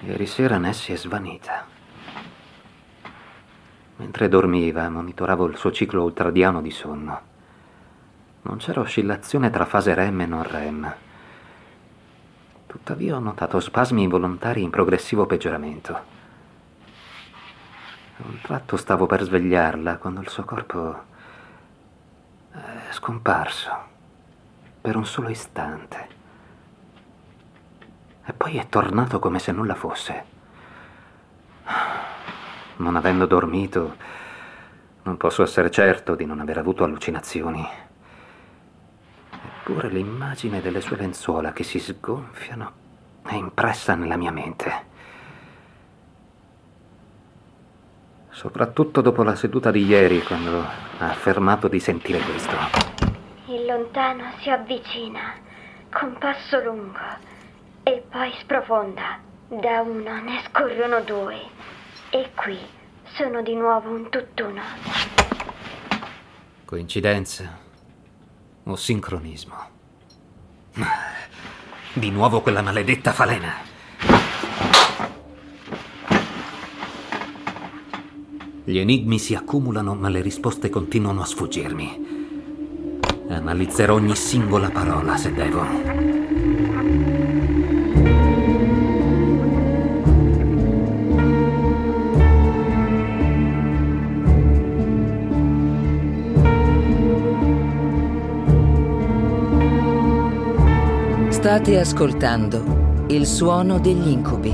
Ieri sera Nessie è svanita. Mentre dormiva, monitoravo il suo ciclo ultradiano di sonno. Non c'era oscillazione tra fase REM e non REM. Tuttavia ho notato spasmi involontari in progressivo peggioramento. A un tratto stavo per svegliarla quando il suo corpo è scomparso per un solo istante. E poi è tornato come se nulla fosse. Non avendo dormito, non posso essere certo di non aver avuto allucinazioni. Eppure l'immagine delle sue lenzuola che si sgonfiano è impressa nella mia mente. Soprattutto dopo la seduta di ieri, quando ha affermato di sentire questo. Il lontano si avvicina con passo lungo e poi sprofonda. Da uno ne scorrono due e qui sono di nuovo un tutt'uno. Coincidenza o sincronismo? Di nuovo quella maledetta falena. Gli enigmi si accumulano, ma le risposte continuano a sfuggirmi. Analizzerò ogni singola parola se devo. State ascoltando Il suono degli incubi,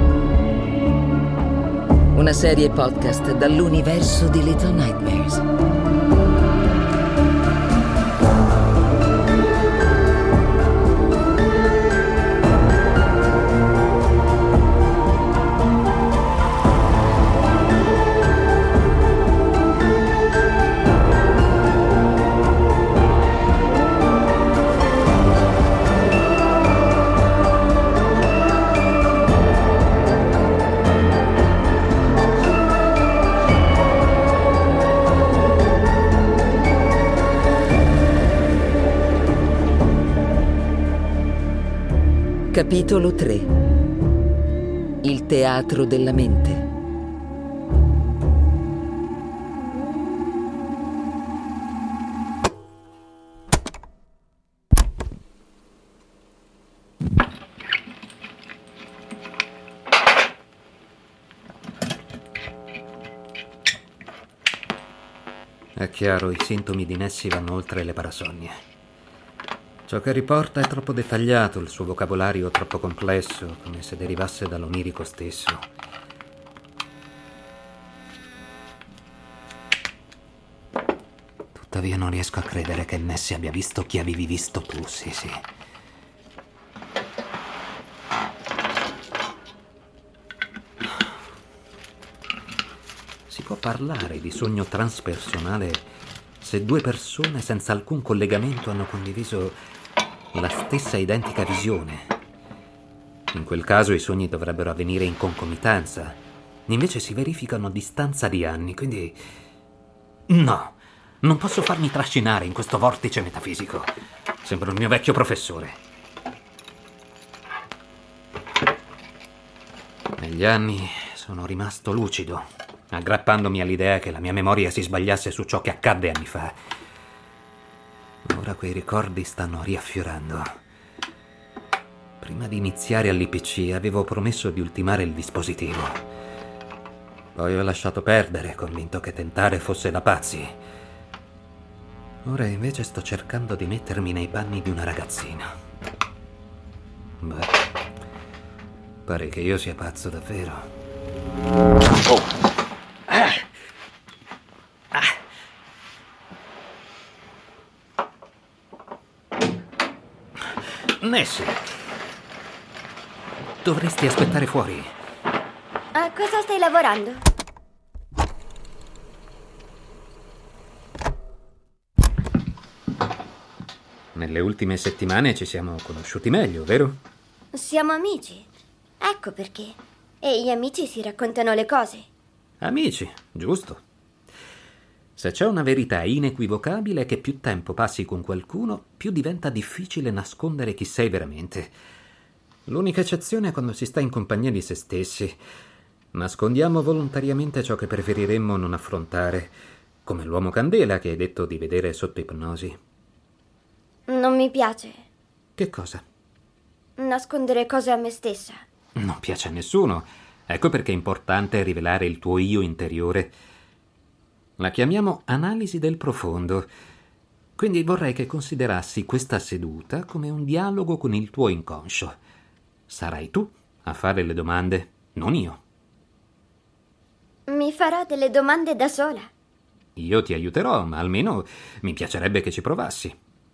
una serie podcast dall'universo di Little Nightmares. Capitolo 3. Il teatro della mente. È chiaro, i sintomi di Nessie vanno oltre le parasonnie. Ciò che riporta è troppo dettagliato, il suo vocabolario troppo complesso, come se derivasse dall'onirico stesso. Tuttavia non riesco a credere che Nessie abbia visto chi avevi visto tu, sì. Si può parlare di sogno transpersonale se due persone senza alcun collegamento hanno condiviso la stessa identica visione. In quel caso i sogni dovrebbero avvenire in concomitanza. Invece si verificano a distanza di anni, quindi... No, non posso farmi trascinare in questo vortice metafisico. Sembro il mio vecchio professore. Negli anni sono rimasto lucido, aggrappandomi all'idea che la mia memoria si sbagliasse su ciò che accadde anni fa. Ora quei ricordi stanno riaffiorando. Prima di iniziare all'IPC avevo promesso di ultimare il dispositivo. Poi ho lasciato perdere, convinto che tentare fosse da pazzi. Ora invece sto cercando di mettermi nei panni di una ragazzina. Beh, pare che io sia pazzo davvero. Oh! Nessie, dovresti aspettare fuori. A cosa stai lavorando? Nelle ultime settimane ci siamo conosciuti meglio, vero? Siamo amici. Ecco perché. E gli amici si raccontano le cose. Amici, giusto. Se c'è una verità inequivocabile è che più tempo passi con qualcuno, più diventa difficile nascondere chi sei veramente. L'unica eccezione è quando si sta in compagnia di se stessi. Nascondiamo volontariamente ciò che preferiremmo non affrontare, come l'uomo candela che hai detto di vedere sotto ipnosi. Non mi piace Che cosa? nascondere cose a me stessa. Non piace a nessuno. Ecco perché è importante rivelare il tuo io interiore. La chiamiamo analisi del profondo. Quindi vorrei che considerassi questa seduta come un dialogo con il tuo inconscio. Sarai tu a fare le domande, non io. Mi farò delle domande da sola. Io ti aiuterò, ma almeno mi piacerebbe che ci provassi.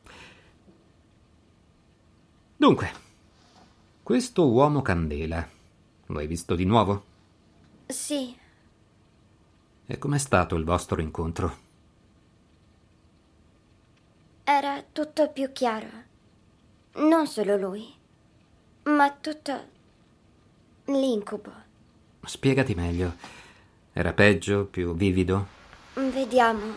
Dunque, questo uomo candela, lo hai visto di nuovo? Sì, E com'è stato il vostro incontro? era tutto più chiaro. Non solo lui, ma tutto l'incubo. Spiegati meglio. Era peggio, più vivido? Vediamo.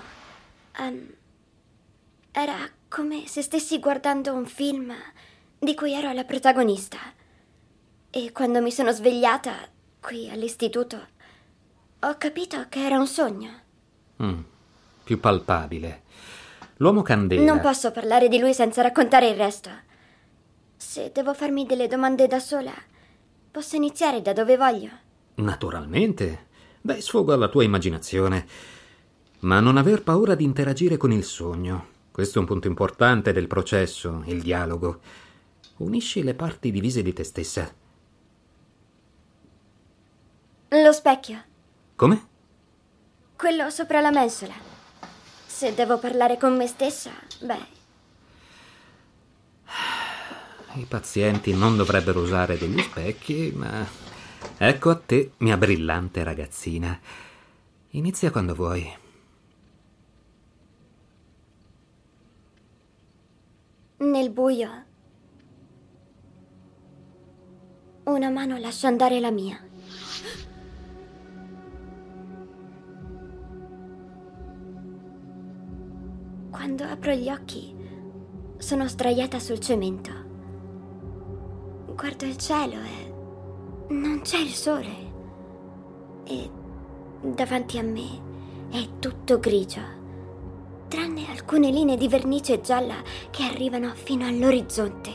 Era come se stessi guardando un film di cui ero la protagonista. E quando mi sono svegliata qui all'istituto, ho capito che era un sogno. Più palpabile. L'uomo candela... Non posso parlare di lui senza raccontare il resto. Se devo farmi delle domande da sola, posso iniziare da dove voglio. Naturalmente. Dai sfogo alla tua immaginazione. Ma non aver paura di interagire con il sogno. Questo è un punto importante del processo, il dialogo. Unisci le parti divise di te stessa. Lo specchio, Come? quello sopra la mensola. Se devo parlare con me stessa, beh, I pazienti non dovrebbero usare degli specchi, ma... Ecco a te, mia brillante ragazzina. Inizia quando vuoi. nel buio una mano lascia andare la mia. Quando apro gli occhi, sono sdraiata sul cemento. Guardo il cielo e non c'è il sole. E davanti a me è tutto grigio, tranne alcune linee di vernice gialla che arrivano fino all'orizzonte.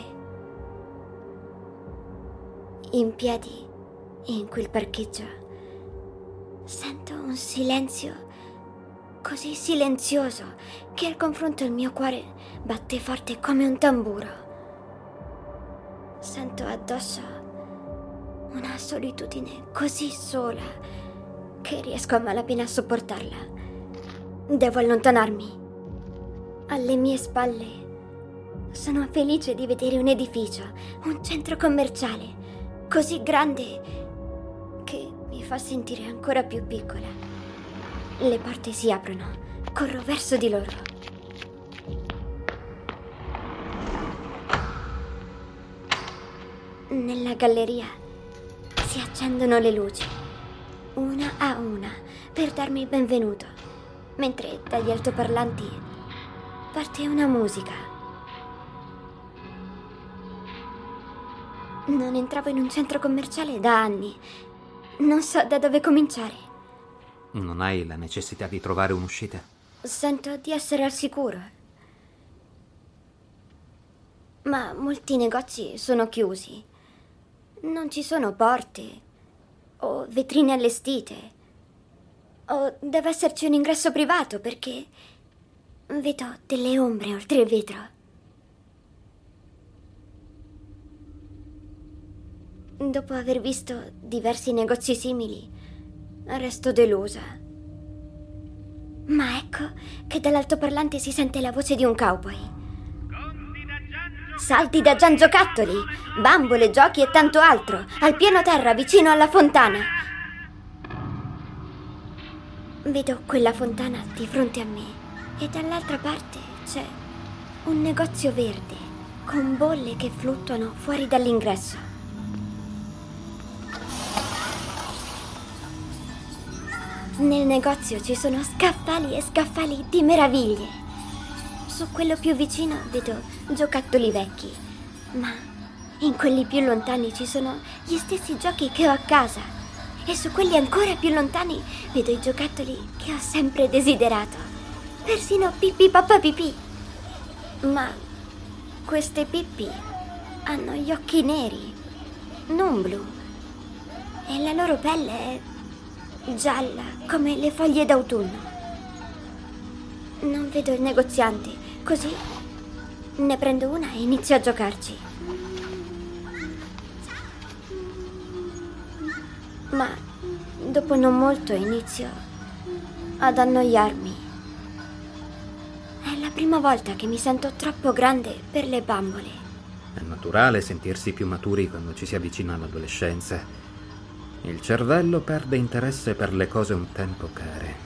In piedi, in quel parcheggio, sento un silenzio così silenzioso che al confronto il mio cuore batte forte come un tamburo. Sento addosso una solitudine così sola che riesco a malapena a sopportarla. Devo allontanarmi. Alle mie spalle sono felice di vedere un edificio, un centro commerciale, così grande che mi fa sentire ancora più piccola. Le porte si aprono. Corro verso di loro. Nella galleria si accendono le luci, una a una, per darmi il benvenuto, mentre dagli altoparlanti parte una musica. Non entravo in un centro commerciale da anni. Non so da dove cominciare. Non hai la necessità di trovare un'uscita? Sento di essere al sicuro. Ma molti negozi sono chiusi. Non ci sono porte o vetrine allestite. O deve esserci un ingresso privato perché vedo delle ombre oltre il vetro. Dopo aver visto diversi negozi simili, resto delusa. Ma ecco che dall'altoparlante si sente la voce di un cowboy. Salti da Gian Giocattoli, bambole, giochi e tanto altro, al piano terra vicino alla fontana. Vedo quella fontana di fronte a me e dall'altra parte c'è un negozio verde con bolle che fluttuano fuori dall'ingresso. Nel negozio ci sono scaffali e scaffali di meraviglie. Su quello più vicino vedo giocattoli vecchi, ma In quelli più lontani ci sono gli stessi giochi che ho a casa. E su quelli ancora più lontani vedo i giocattoli che ho sempre desiderato. Persino Pippi Pappa Pipì. Ma queste Pippi hanno gli occhi neri, non blu. E la loro pelle è gialla come le foglie d'autunno. Non vedo il negoziante, così ne prendo una e inizio a giocarci. Ma dopo non molto inizio ad annoiarmi. È la prima volta che mi sento troppo grande per le bambole. È naturale sentirsi più maturi quando ci si avvicina all'adolescenza. Il cervello perde interesse per le cose un tempo care.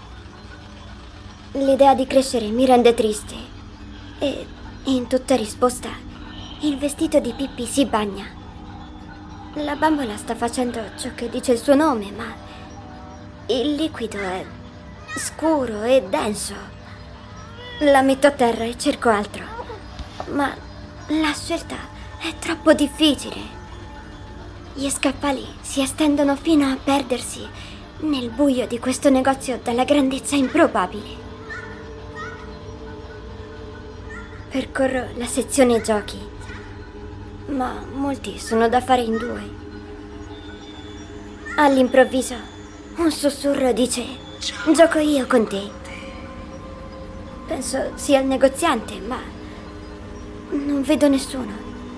L'idea di crescere mi rende triste e, in tutta risposta, il vestito di Pippi si bagna. La bambola sta facendo ciò che dice il suo nome, ma il liquido è scuro e denso. La metto a terra e cerco altro, ma la scelta è troppo difficile. Gli scaffali si estendono fino a perdersi nel buio di questo negozio dalla grandezza improbabile. Percorro la sezione giochi, ma molti sono da fare in due. All'improvviso un sussurro dice: gioco io con te. Penso sia il negoziante, ma non vedo nessuno.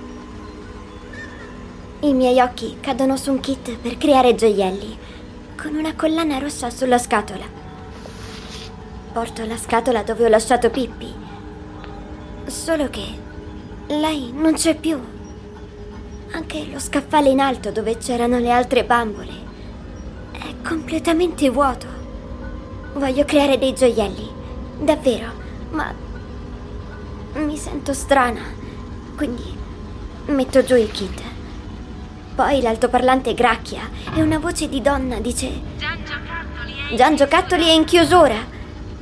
I miei occhi cadono su un kit per creare gioielli, con una collana rossa sulla scatola. Porto la scatola dove ho lasciato Pippi. Solo che lei non c'è più. Anche lo scaffale in alto dove c'erano le altre bambole è completamente vuoto. Voglio creare dei gioielli, davvero, ma mi sento strana, quindi metto giù il kit. Poi l'altoparlante gracchia e una voce di donna dice: Gian Giocattoli è in chiusura.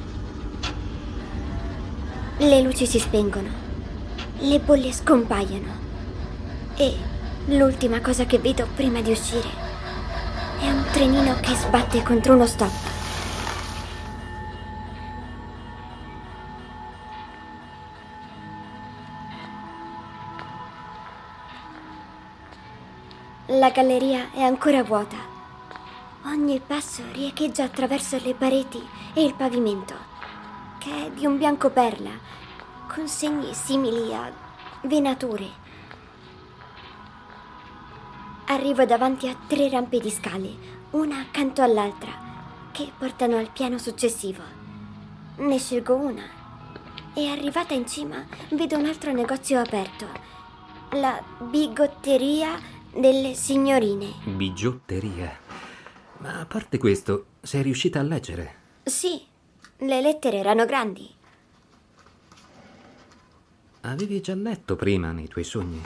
Le luci si spengono, le bolle scompaiono e l'ultima cosa che vedo prima di uscire è un trenino che sbatte contro uno stop. La galleria è ancora vuota. Ogni passo riecheggia attraverso le pareti e il pavimento, che è di un bianco perla, con segni simili a venature. Arrivo davanti a 3 rampe di scale, una accanto all'altra, che portano al piano successivo. Ne scelgo una e, arrivata in cima, vedo un altro negozio aperto, la bigotteria delle signorine. Bigiotteria? Ma a parte questo, sei riuscita a leggere? Sì, le lettere erano grandi. Avevi già letto prima nei tuoi sogni?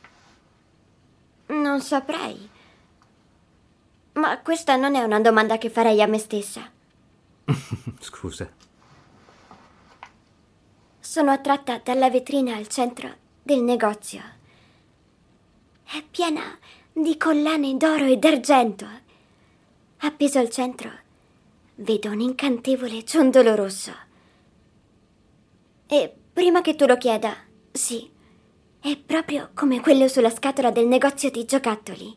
Non saprei. Ma questa non è una domanda che farei a me stessa. Scusa. Sono attratta dalla vetrina al centro del negozio. È piena di collane d'oro e d'argento. Appeso al centro, vedo un incantevole ciondolo rosso. E prima che tu lo chieda, sì, è proprio come quello sulla scatola del negozio di giocattoli.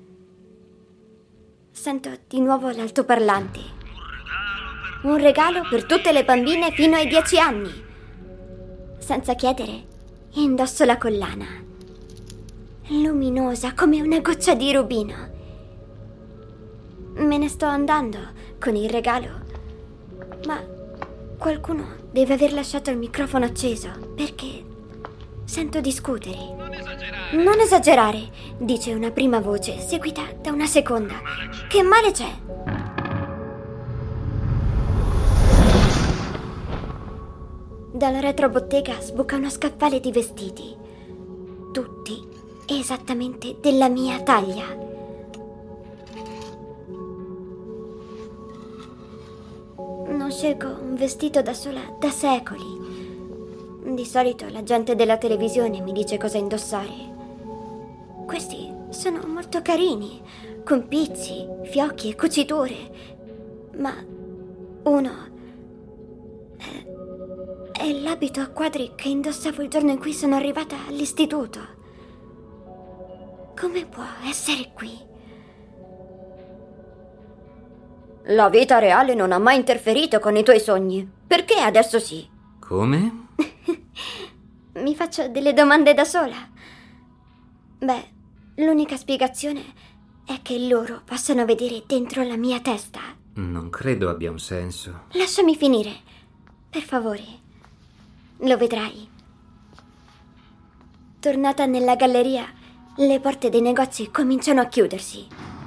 Sento di nuovo l'altoparlante. Un regalo per tutte le bambine fino ai 10 anni. Senza chiedere, indosso la collana. Luminosa come una goccia di rubino. Me ne sto andando con il regalo, ma qualcuno deve aver lasciato il microfono acceso perché sento discutere. Non esagerare, dice una prima voce, seguita da una seconda. Che male c'è? Dalla retrobottega sbuca uno scaffale di vestiti, tutti esattamente della mia taglia. Non scelgo un vestito da sola da secoli. Di solito la gente della televisione mi dice cosa indossare. questi sono molto carini, con pizzi, fiocchi e cuciture. Ma uno è l'abito a quadri che indossavo il giorno in cui sono arrivata all'istituto. Come può essere qui? La vita reale non ha mai interferito con i tuoi sogni. Perché adesso sì? Come? Mi faccio delle domande da sola. Beh, l'unica spiegazione è che loro possono vedere dentro la mia testa. Non credo abbia un senso. Lasciami finire, per favore. Lo vedrai. Tornata nella galleria, le porte dei negozi cominciano a chiudersi.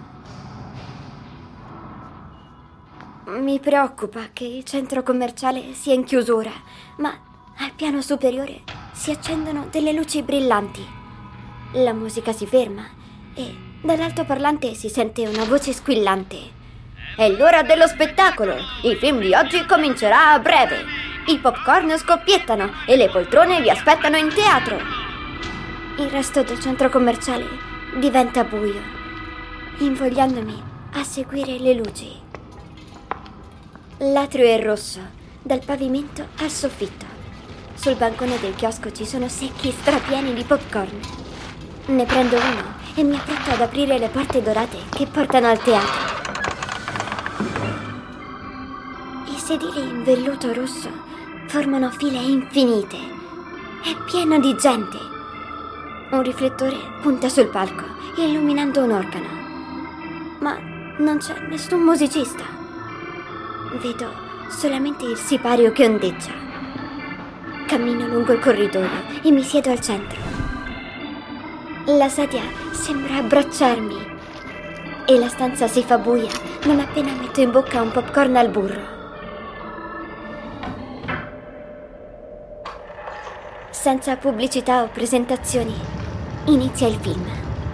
Mi preoccupa che il centro commerciale sia in chiusura, ma al piano superiore si accendono delle luci brillanti. La musica si ferma e dall'altoparlante si sente una voce squillante. È l'ora dello spettacolo! Il film di oggi comincerà a breve! I popcorn scoppiettano e le poltrone vi aspettano in teatro! Il resto del centro commerciale diventa buio, invogliandomi a seguire le luci. L'atrio è rosso, dal pavimento al soffitto. Sul bancone del chiosco ci sono secchi strapieni di popcorn. Ne prendo uno e mi approccio ad aprire le porte dorate che portano al teatro. I sedili in velluto rosso formano file infinite. È pieno di gente. Un riflettore punta sul palco, illuminando un organo. Ma non c'è nessun musicista. Vedo solamente il sipario che ondeggia. Cammino lungo il corridoio e mi siedo al centro. La sedia sembra abbracciarmi e la stanza si fa buia non appena metto in bocca un popcorn al burro. Senza pubblicità o presentazioni, inizia il film.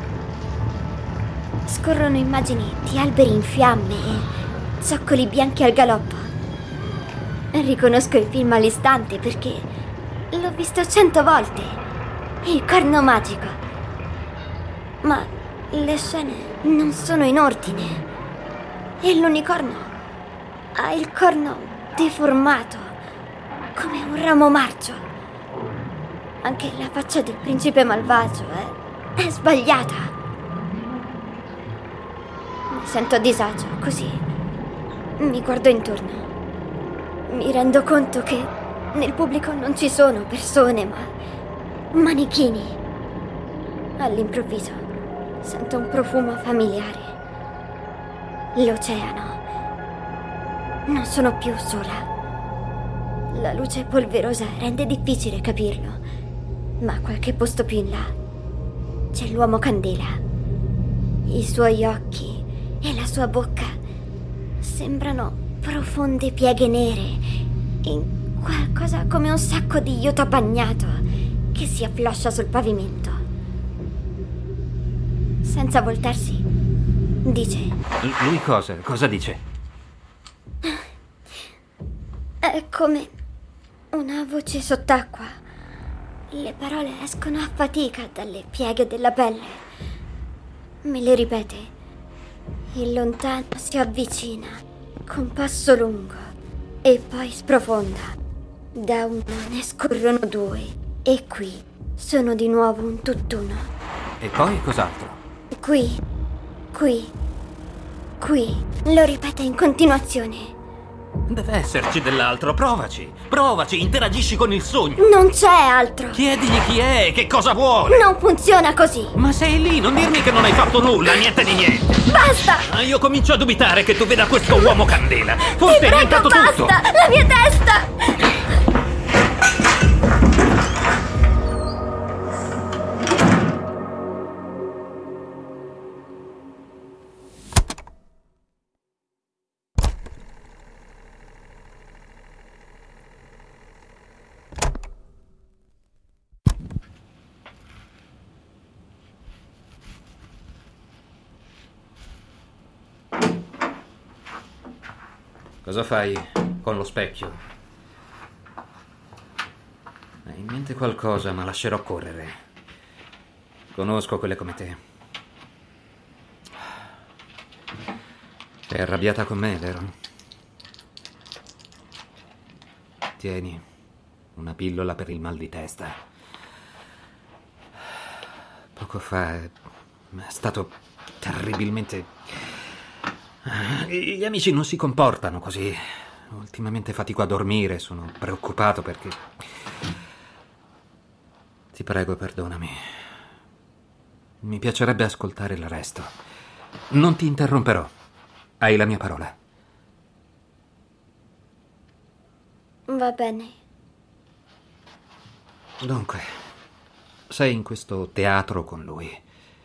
Scorrono immagini di alberi in fiamme e zoccoli bianchi al galoppo. Riconosco il film all'istante perché l'ho visto 100 volte. Il corno magico. Ma le scene non sono in ordine. E l'unicorno ha il corno deformato, come un ramo marcio. Anche la faccia del principe malvagio è sbagliata. Mi sento a disagio, così mi guardo intorno. Mi rendo conto che nel pubblico non ci sono persone, ma manichini. All'improvviso sento un profumo familiare. L'oceano. Non sono più sola. La luce polverosa rende difficile capirlo, ma a qualche posto più in là c'è l'uomo candela. I suoi occhi e la sua bocca sembrano profonde pieghe nere in qualcosa come un sacco di iodo bagnato che si affloscia sul pavimento. Senza voltarsi, dice: Lui cosa? Cosa dice? È come una voce sott'acqua. Le parole escono a fatica dalle pieghe della pelle. Me le ripete. Il lontano si avvicina con passo lungo e poi sprofonda. Da uno ne scorrono due e qui sono di nuovo un tutt'uno. E poi cos'altro? Qui, lo ripete in continuazione. Deve esserci dell'altro, provaci, interagisci con il sogno. Non c'è altro. Chiedigli chi è e che cosa vuole. Non funziona così. Ma sei lì, non dirmi che non hai fatto nulla, niente di niente. Basta! Io comincio a dubitare che tu veda questo uomo candela. Ti Forse è prego, inventato basta! tutto. La mia testa! Cosa fai con lo specchio? Hai in mente qualcosa, ma lascerò correre. Conosco quelle come te. Sei arrabbiata con me, vero? Tieni una pillola per il mal di testa. Poco fa è stato terribilmente... Gli amici non si comportano così. Ultimamente fatico a dormire, sono preoccupato perché... Ti prego, perdonami. Mi piacerebbe ascoltare il resto. Non ti interromperò. Hai la mia parola. Va bene. Dunque, sei in questo teatro con lui.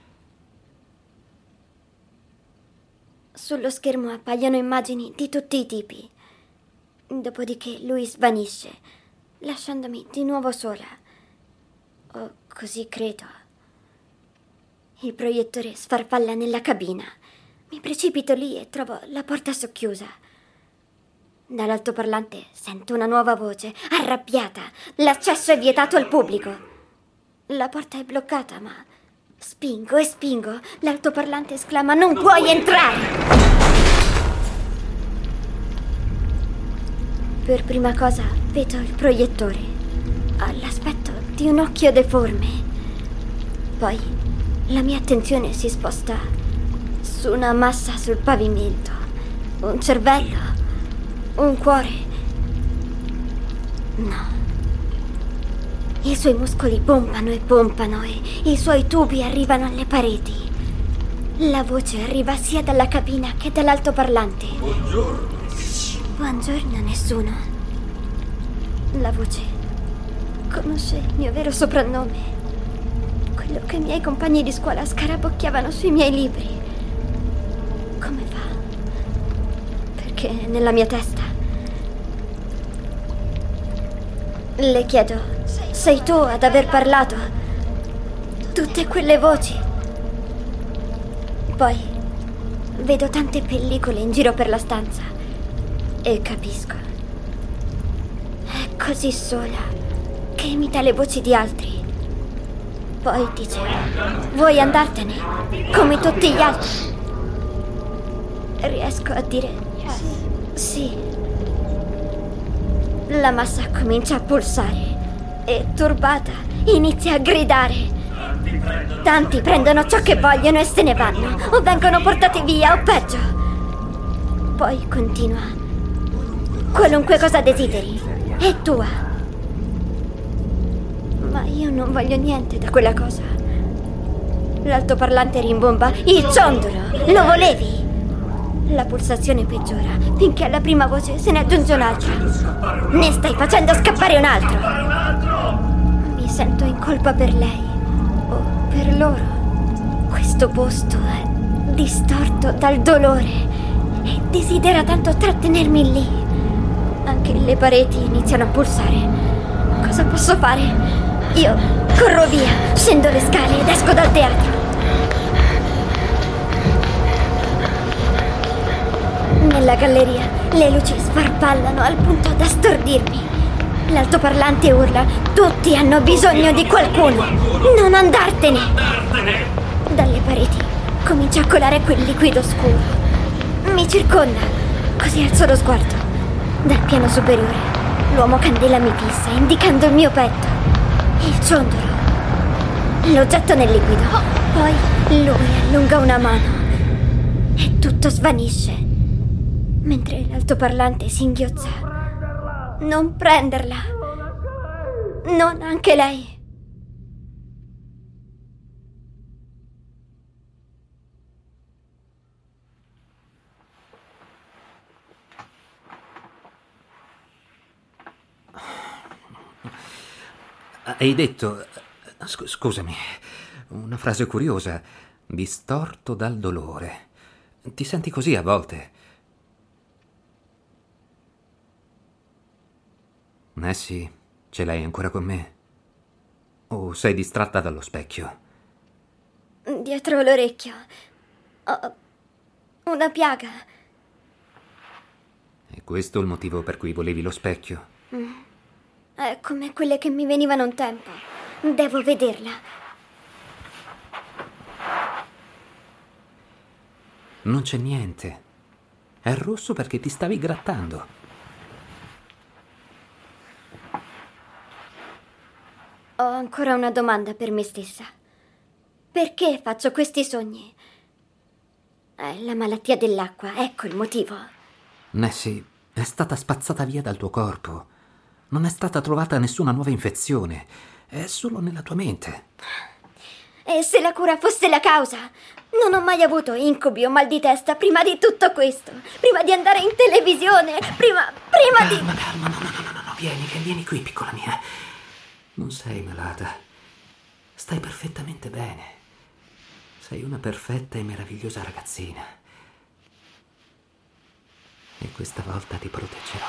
Sullo schermo appaiono immagini di tutti i tipi. Dopodiché lui svanisce, lasciandomi di nuovo sola. O così credo. Il proiettore sfarfalla nella cabina. Mi precipito lì e trovo la porta socchiusa. Dall'altoparlante sento una nuova voce, arrabbiata. L'accesso è vietato al pubblico. La porta è bloccata, ma spingo e spingo. L'altoparlante esclama: non puoi entrare! Per prima cosa vedo il proiettore. Ha l'aspetto di un occhio deforme. Poi la mia attenzione si sposta su una massa sul pavimento. Un cervello. Un cuore. No. I suoi muscoli pompano e pompano e i suoi tubi arrivano alle pareti. La voce arriva sia dalla cabina che dall'altoparlante. Buongiorno. Buongiorno, nessuno. La voce conosce il mio vero soprannome. Quello che i miei compagni di scuola scarabocchiavano sui miei libri. Come fa? Perché nella mia testa. Le chiedo: sei tu ad aver parlato? Tutte quelle voci. Poi vedo tante pellicole in giro per la stanza e capisco. È così sola che imita le voci di altri. Poi dice: vuoi andartene come tutti gli altri? Riesco a dire sì. La massa comincia a pulsare e, turbata, inizia a gridare. Tanti prendono ciò che vogliono e se ne vanno, o vengono portati via, o peggio. Poi continua: qualunque cosa desideri è tua. Ma io non voglio niente da quella cosa. L'altoparlante rimbomba: il ciondolo, lo volevi? La pulsazione peggiora finché alla prima voce se ne aggiunge un'altra. Ne stai facendo scappare un altro. Mi sento in colpa per lei o per loro. Questo posto è distorto dal dolore e desidera tanto trattenermi lì. Anche le pareti iniziano a pulsare. Cosa posso fare? Io corro via, scendo le scale ed esco dal teatro. Nella galleria le luci sfarfallano al punto da stordirmi. L'altoparlante urla: tutti hanno bisogno di qualcuno, non andartene! Dalle pareti comincia a colare quel liquido scuro. Mi circonda, così alzo lo sguardo. Dal piano superiore l'uomo candela mi fissa, indicando il mio petto. Il ciondolo. Lo getto nel liquido. Poi lui allunga una mano e tutto svanisce. Mentre l'altoparlante singhiozza: non prenderla! Non anche lei! Hai detto... Scusami, una frase curiosa. Distorto dal dolore. Ti senti così a volte? Sì, ce l'hai ancora con me? O sei distratta dallo specchio? Dietro l'orecchio ho una piaga. È questo il motivo per cui volevi lo specchio? È come quelle che mi venivano un tempo. Devo vederla. Non c'è niente. È rosso perché ti stavi grattando. Ho ancora una domanda per me stessa. Perché faccio questi sogni? È la malattia dell'acqua, ecco il motivo. Nessie, è stata spazzata via dal tuo corpo. Non è stata trovata nessuna nuova infezione. È solo nella tua mente. E se la cura fosse la causa? Non ho mai avuto incubi o mal di testa prima di tutto questo. Prima di andare in televisione. Prima di... Calma, no. Vieni qui, piccola mia. Non sei malata. Stai perfettamente bene. Sei una perfetta e meravigliosa ragazzina. E questa volta ti proteggerò.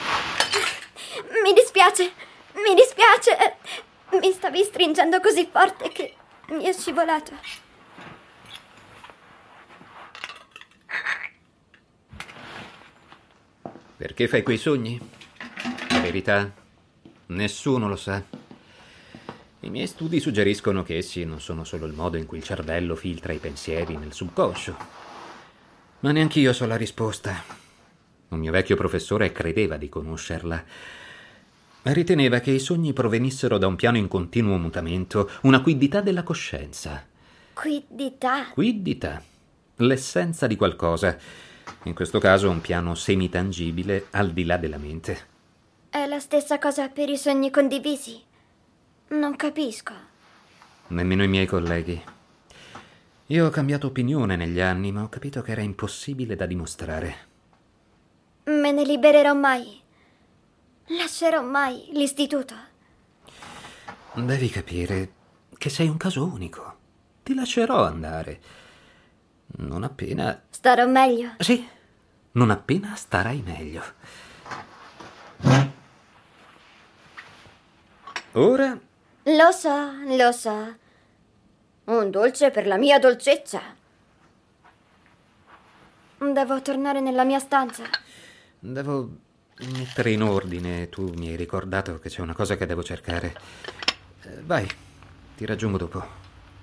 Mi dispiace. Mi stavi stringendo così forte che mi è scivolato. Perché fai quei sogni? La verità, nessuno lo sa. I miei studi suggeriscono che essi non sono solo il modo in cui il cervello filtra i pensieri nel subconscio. Ma neanch'io so la risposta. Un mio vecchio professore credeva di conoscerla. Riteneva che i sogni provenissero da un piano in continuo mutamento, una quiddità della coscienza. Quiddità? Quiddità, l'essenza di qualcosa. In questo caso un piano semitangibile al di là della mente. È la stessa cosa per i sogni condivisi? Non capisco. Nemmeno i miei colleghi. Io ho cambiato opinione negli anni, ma ho capito che era impossibile da dimostrare. Me ne libererò mai? Lascerò mai l'istituto? Devi capire che sei un caso unico. Ti lascerò andare. Non appena... Starò meglio? Sì, non appena starai meglio. Ora... Lo so. Un dolce per la mia dolcezza. Devo tornare nella mia stanza. Devo mettere in ordine. Tu mi hai ricordato che c'è una cosa che devo cercare. Vai, ti raggiungo dopo.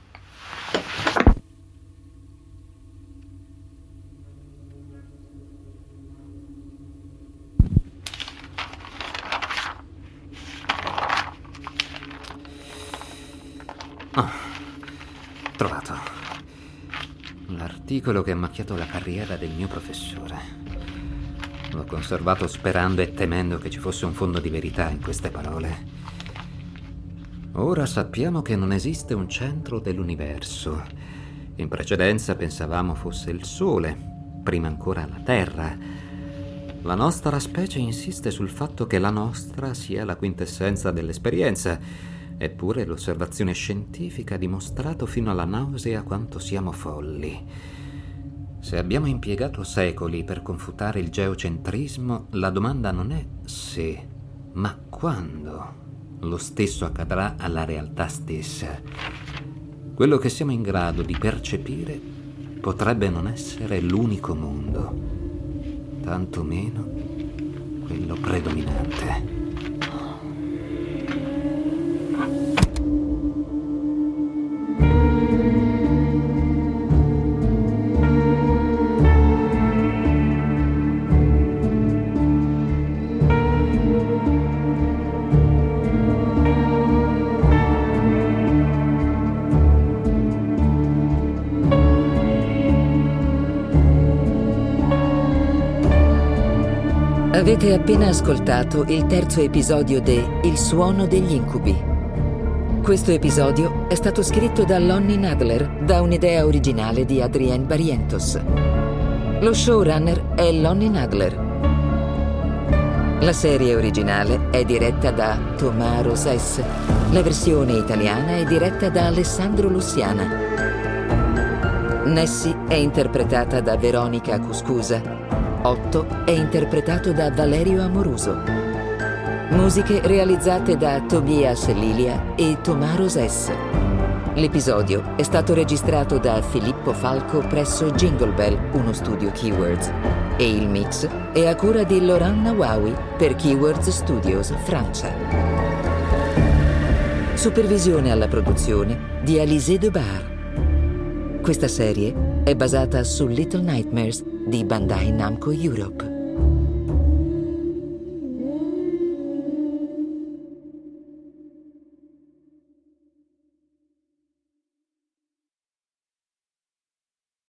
Trovato. L'articolo che ha macchiato la carriera del mio professore. L'ho conservato sperando e temendo che ci fosse un fondo di verità in queste parole. Ora sappiamo che non esiste un centro dell'universo. In precedenza pensavamo fosse il Sole, prima ancora la Terra. La nostra specie insiste sul fatto che la nostra sia la quintessenza dell'esperienza. Eppure l'osservazione scientifica ha dimostrato fino alla nausea quanto siamo folli. Se abbiamo impiegato secoli per confutare il geocentrismo, la domanda non è se, ma quando lo stesso accadrà alla realtà stessa. Quello che siamo in grado di percepire potrebbe non essere l'unico mondo, tantomeno quello predominante. Avete appena ascoltato il terzo episodio de Il suono degli incubi. Questo episodio è stato scritto da Lonnie Nadler da un'idea originale di Adrienne Barrientos. Lo showrunner è Lonnie Nadler. La serie originale è diretta da Tomás Rosés. La versione italiana è diretta da Alessandro Lussiana. Nessie è interpretata da Veronica Cuscusa. Otto è interpretato da Valerio Amoruso. Musiche realizzate da Tobias Lilia e Tomás Rosés. L'episodio è stato registrato da Filippo Falco presso Jingle Bell, uno studio Keywords, e il mix è a cura di Laurent Nawawi per Keywords Studios, Francia. Supervisione alla produzione di Alizé Debar. Questa serie è basata su Little Nightmares di Bandai Namco Europe.